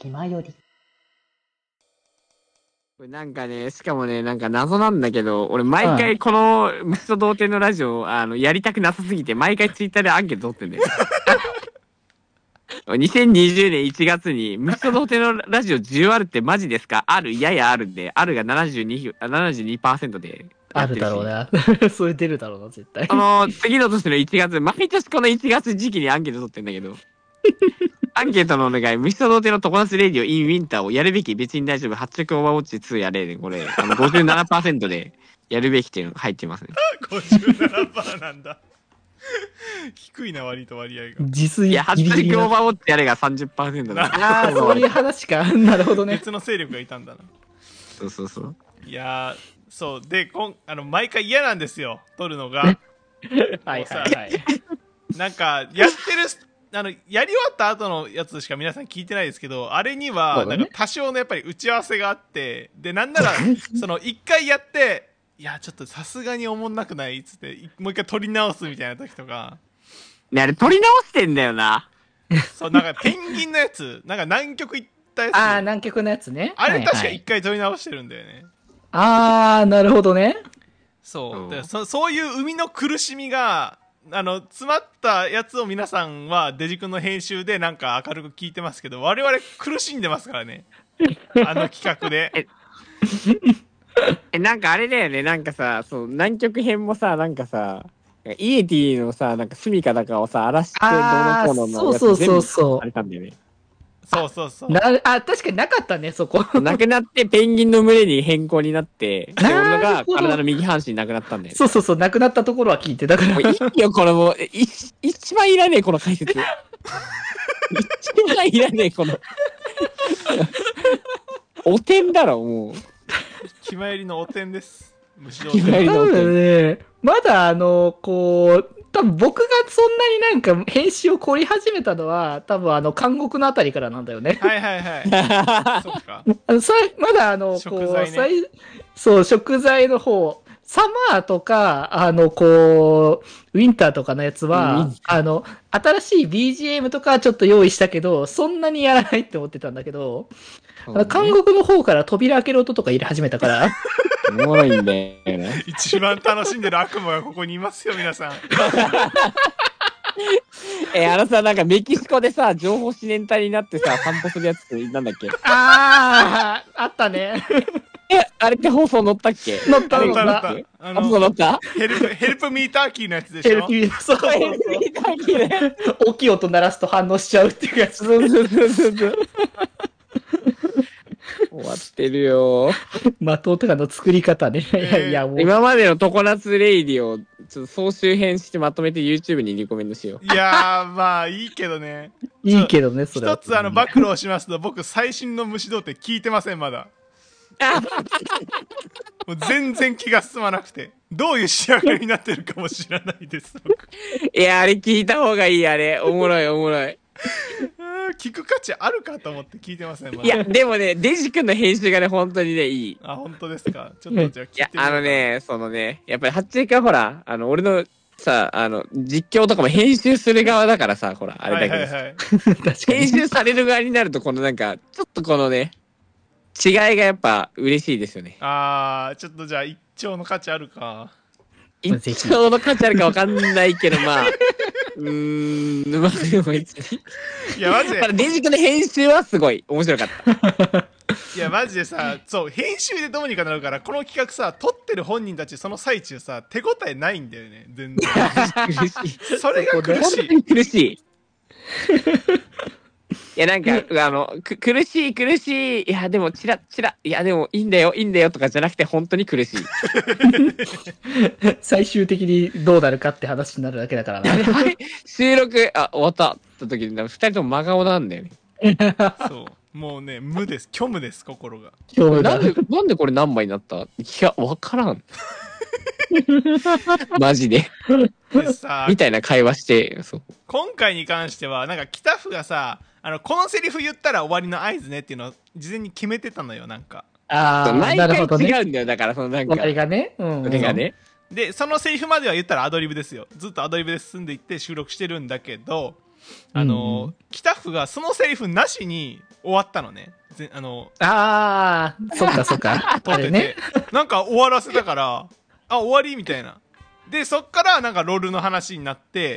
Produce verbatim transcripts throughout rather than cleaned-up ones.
気まより。 これなんかね、しかもね、なんか謎なんだけど、俺毎回この虫と童貞のラジオ、あの、やりたくなさすぎて、毎回ツイッターでアンケート取ってんだよ。にせんにじゅうねんいちがつに、虫と童貞のラジオ需要あるってマジですか？ある、ややあるんで、あるがななじゅうに、ななじゅうにパーセントで。 あるだろうな。それ出るだろうな、絶対。 あの、次の年のいちがつ、毎年このいちがつ時期にアンケート取ってんだけど、アンケートのお願い、虫と童貞の常夏レディオ in ウィンターをやるべき、別に大丈夫、はっ着オーバーウォッチツーやれで、これ、あの ごじゅうななパーセント でやるべきっていうのが入ってますね。 ごじゅうななパーセント なんだ。低いな、割と割合が。 自炊いや、はっ着オーバーウォッチやれが さんじゅっパーセント だ。 ああ、そういう話か。なるほどね。 別の勢力がいたんだな。 そうそうそう。 いやー、そう。で、こんあの毎回嫌なんですよ、撮るのが。はいはいはい。 なんか、やってる、あの、やり終わった後のやつしか皆さん聞いてないですけど、あれには、なんか多少のやっぱり打ち合わせがあって、で、なんなら、その、一回やって、いや、ちょっとさすがにおもんなくないっつって、もう一回撮り直すみたいな時とか。 ね、あれ撮り直してんだよな。 そう、なんかペンギンのやつ、なんか南極行ったやつ。 ああ、南極のやつね。 あれ確か一回撮り直してるんだよね。 ああ、なるほどね。 そう。でそそういう生みの苦しみが、あの、詰まったやつを皆さんはデジ君の編集でなんか明るく聞いてますけど、我々苦しんでますからね。あの企画で。 え、なんかあれだよね、なんかさ、そう、南極編もさ、なんかさ、イエティのさ、なんか住みかだかをさ、荒らしてどうのこうののやつ全部されたんだよね。 そうそうそう。 なあ、確かになかったね、そこ。 なくなってペンギンの群れに変更になって、で、俺のが体の右半身なくなったんだよね。 そうそうそう、なくなったところは聞いて、だから。 もういいよ、これもう、い一番いらねえ、この解説。一番いらねえ、この。おてんだろ、もう。 気まよりのおてんです。 虫気まよりのおてん。ね、まだあの、こう、多分僕がそんなになんか編集を凝り始めたのは、多分あの、監獄のあたりからなんだよね。 はいはいはい。そっか。 あのさまだあの、 食材ね、 こう、そう、食材の方、サマーとか、あの、こう、ウィンターとかのやつは、あの、新しい ビージーエム とかちょっと用意したけど、そんなにやらないって思ってたんだけど、ね、監獄の方から扉開ける音とか入れ始めたから。 おもろいんだよね。 一番楽しんでる悪魔がここにいますよ、皆さん。 え、あのさ、なんかメキシコでさ、情報自然体になってさ、散歩するやつってなんだっけ？ ああ、あったね。 え、あれって放送載ったっけ？ 載った載った。 あの、載ったヘルプ、ヘルプミーターキーのやつでしょ？ ヘルプミーター、そう。 ヘルプミーターキーね。 大きい音鳴らすと反応しちゃうっていうやつ。 そうそうそうそう。終わってるよ。 的とかの作り方ね。いやいや、もう。 今までの常夏レイディを、ちょっと総集編してまとめて YouTube にリコメンドしよう。 いやー、まあいいけどね。 いいけどね、それは。 一つあの、暴露をしますと、僕最新の虫童貞聞いてません、まだ。もう全然気が進まなくて。どういう仕上がりになってるかも知らないです、僕。 いや、あれ聞いた方がいい、あれ。おもろい、おもろい。 聞く価値あるかと思って聞いてません、まだ。 いや、でもね、デジ君の編集がね、本当にね、いい。 あ、本当ですか。ちょっとじゃあ聞いてみよう。 いや、あのね、そのね、やっぱり、ハッチリ君はほら、あの、俺のさ、あの、実況とかも編集する側だからさ、ほら、あれだけど。はいはいはい、編集される側になると、このなんか、ちょっとこのね、違いがやっぱ嬉しいですよね。 あー、ちょっとじゃあ一丁の価値あるか。 一丁の価値あるかわかんないけど、まあ、うーん、まあでも別に。 いや、マジで。 デジ君の編集はすごい面白かった。 いや、マジでさ、そう、編集でどうにかなるから、この企画さ、撮ってる本人たちその最中さ、手応えないんだよね、全然。 苦しい。 それが苦しい。 本当に苦しい。いや、なんか、あの、く、苦しい、苦しい。いや、でも、チラチラ。いや、でも、いいんだよ、いいんだよとかじゃなくて、本当に苦しい。 最終的にどうなるかって話になるだけだからな。 はい、収録、あ、終わったって時に、二人とも真顔なんだよね。 そう。もうね、無です。虚無です、心が。 虚無だ。 なんで、なんでこれ何枚になった？いや、わからん。マジで。 でさ、 みたいな会話して、そう。 今回に関しては、なんか、北府がさ、あの、このセリフ言ったら終わりの合図ねっていうのを事前に決めてたのよ、なんか。 ああ、 毎回なるほどね。 違うんだよ、だから、そのなんか。 あれがね。うん、うん。 それがね。 で、そのセリフまでは言ったらアドリブですよ。ずっとアドリブで進んでいって収録してるんだけど、 あの、うん、北府がそのセリフなしに終わったのね。ぜあのあー、そっかそっか。 撮ってて、ね、なんか終わらせたから、あ、終わりみたいな。で、そっからなんかロールの話になって、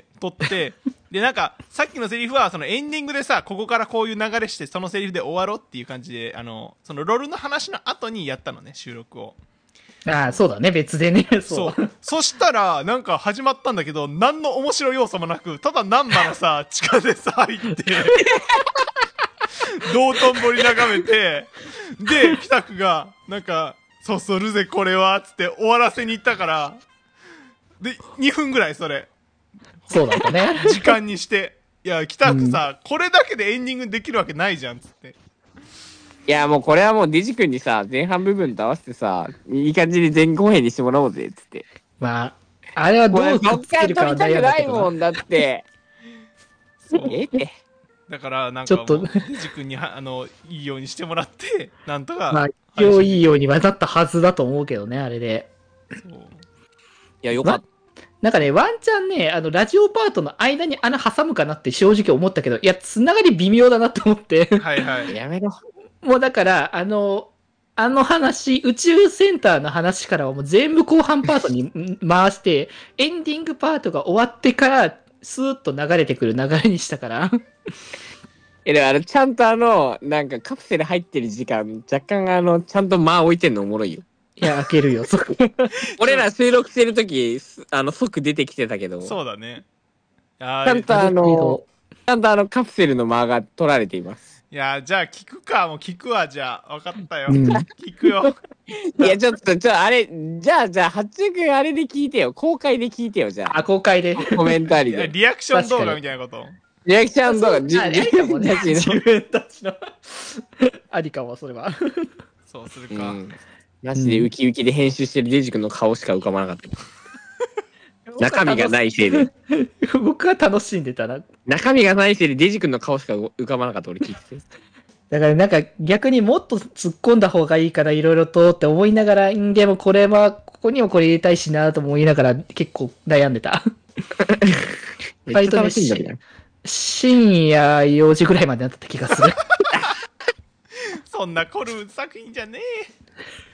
撮って、で、なんか、さっきのセリフは、そのエンディングでさ、ここからこういう流れして、そのセリフで終わろうっていう感じで、あの、そのロールの話の後にやったのね、収録を。 ああ、そうだね、別でね。 そう。そしたら、なんか始まったんだけど、何の面白い要素もなく、ただ難波のさ、地下でさ、入って、道頓堀眺めて、で、北区が、なんか、そうそう、ルゼこれは、つって終わらせに行ったから、で、にふんぐらいそれ。 そうだったね。 時間にして。いや、北区さ、うん、これだけでエンディングできるわけないじゃん、つって。 いや、もうこれはもうデジ君にさ、前半部分と合わせてさ、いい感じに前後編にしてもらおうぜ、つって。 まあ、あれはどうくっつけるかは悩んだけどな。 もんだって。 えって。だから、なんかもう、デジ君にあの、いいようにしてもらって、なんとか。 まあ、一応いいようにはなったはずだと思うけどね、あれで。そう。 いや、よかった。 なんかね、ワンチャンね、あの、ラジオパートの間に穴挟むかなって正直思ったけど、いや、つながり微妙だなと思って。 はいはい。 やめろ。 もうだから、あの、あの話、宇宙センターの話からはもう全部後半パートに回して、エンディングパートが終わってから、スーッと流れてくる流れにしたから。 え、だからちゃんとあの、なんかカプセル入ってる時間、若干あの、ちゃんと間置いてんのおもろいよ。 いや、開けるよ、そこ。 俺ら収録してるとき、あの、即出てきてたけど。 そうだね。 ちゃんとあの、ちゃんとあの、カプセルの間が取られています。 いや、じゃあ聞くか。もう聞くわ、じゃあ。わかったよ。うん、聞くよ。 いや、ちょっと、ちょ、あれ、じゃあ、じゃあ、八中君あれで聞いてよ。公開で聞いてよ、じゃあ。 あ、公開で。 コメントありで。 リアクション動画みたいなこと。 リアクション動画、 自分たちの。自分たちの。ありかも、それは。 そうするか。うんマジでウキウキで編集してるデジ君の顔しか浮かばなかった。中身がないせいで。 僕は楽しんでたな。 中身がないせいでデジ君の顔しか浮かばなかった俺聞いてて。 だからなんか逆にもっと突っ込んだ方がいいからいろいろとって思いながら、んでもこれはここにもこれ入れたいしなと思いながら結構悩んでた。割とね、深夜よじぐらいまでなった気がする。 そんな凝る作品じゃねえ。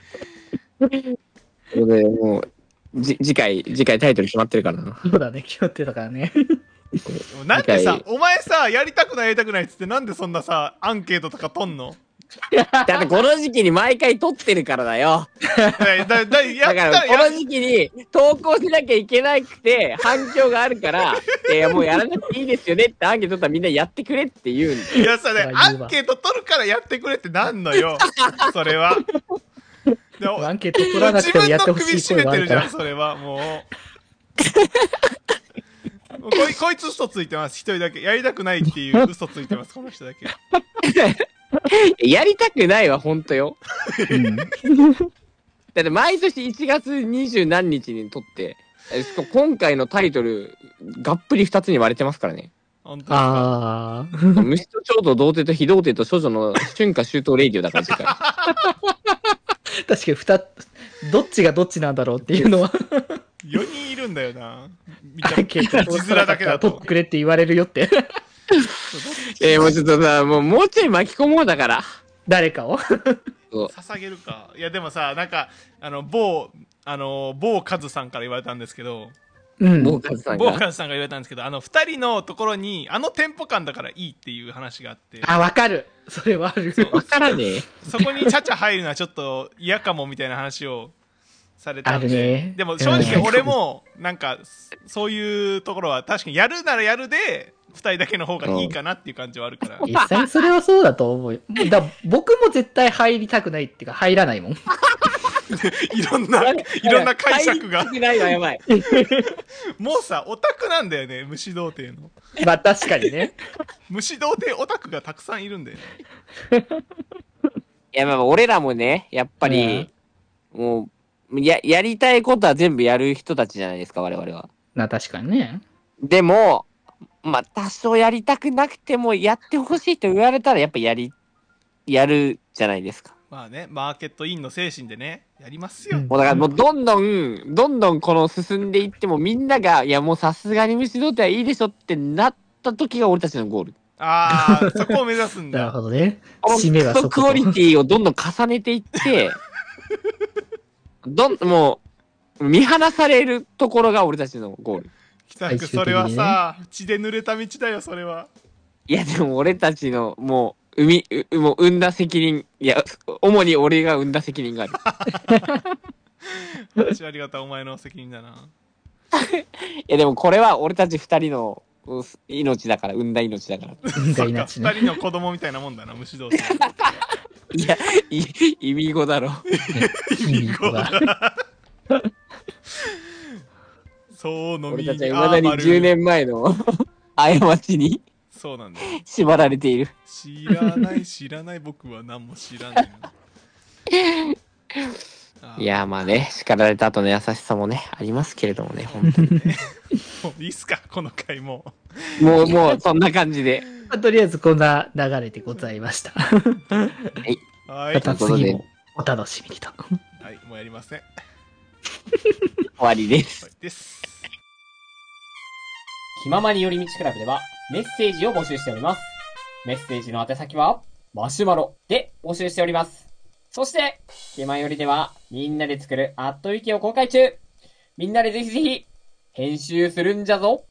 それでもうじ次回次回タイトル決まってるからな。 そうだね、決まってたからね。 なんでさ、お前さ、やりたくないやりたくないっつってなんでそんなさ、アンケートとか取んの？ だってこの時期に毎回撮ってるからだよ。 だだだやだからこの時期に投稿しなきゃいけなくて反響があるから、いやもうやらなくていいですよねってアンケート取ったらみんなやってくれって言うんだよ。 いやさね、アンケート取るからやってくれってなんのよ。それは。 アンケート取らなくてもやってほしい声はあるから。 自分の首絞めてるじゃん、それはもう。こいこいつ嘘ついてます、一人だけ。やりたくないっていう嘘ついてます、この人だけ。 やりたくないは本当よ。うん、だって毎年いちがつにじゅう何日に撮って、今回のタイトル、がっぷりふたつに割れてますからね。 本当ですか？ ああ。 虫と蝶と童貞と非童貞と処女の春夏秋冬レイディオだから、次回。 確かに二つ、どっちがどっちなんだろうっていうのは。 よにんいるんだよな。見た字面だけだと。 取ってくれって言われるよって。 えー、もうちょっとさ、もう、もうちょい巻き込もうだから。 誰かを捧げるか。いや、でもさ、なんか、あの、某、あの、某カズさんから言われたんですけど、 うん、 某カズさんが。 某カズさんが言われたんですけど、あの、二人のところに、あのテンポ感だからいいっていう話があって。 あ、わかる。それはある。 わからねえ。 そこにチャチャ入るのはちょっと嫌かもみたいな話をされたんで。 ね、 でも正直俺も、なんか、そういうところは確かにやるならやるで、二人だけの方がいいかなっていう感じはあるから。 実際それはそうだと思うよ。だ僕も絶対入りたくないっていうか入らないもん。 いろんな、いろんな解釈が。 ないわ、やばい。 もうさ、オタクなんだよね、虫童貞の。 まあ確かにね。 虫童貞オタクがたくさんいるんだよね。 いや、まあ俺らもね、やっぱり、うん、もう、や、やりたいことは全部やる人たちじゃないですか、我々は。 まあ確かにね。 でも、まあ多少やりたくなくてもやってほしいと言われたらやっぱやり、やるじゃないですか。 まあね、マーケットインの精神でね、やりますよ。 もうだからもうどんどん、どんどんこの進んでいってもみんなが、いやもうさすがに虫童貞はいいでしょってなっった時が俺たちのゴール。 ああ、そこを目指すんだ。 なるほどね。締めがそこ。 クオリティをどんどん重ねていって、どん、もう、見放されるところが俺たちのゴール。 北福、それはさ、血で濡れた道だよ、それは。 いや、でも俺たちの、もう、生み、う、もう生んだ責任、いや、主に俺が生んだ責任がある。 はち割方お前の責任だな。 いや、でもこれは俺たち二人の命だから、産んだ命だから。 産んだ命ね。 二人の子供みたいなもんだな、虫同士。 いや、い、意味語だろ。 意味語だ。そうのみ俺たちは未だにじゅうねんまえの過ちにそうなんだ縛られている。 知らない知らない僕は何も知らないいやまあね、叱られた後の優しさもねありますけれどもね、本当にもういいっすかこの回もうもうもうそんな感じで、 まあ、とりあえずこんな流れでございました。 はいはいまた次もお楽しみにと。 はい、もうやりません。 終わりです。 はい、です。 気ままに寄り道クラブではメッセージを募集しております。メッセージの宛先はマシュマロで募集しております。そして、気まよりではみんなで作るアットウィキを公開中。みんなでぜひぜひ編集するんじゃぞ。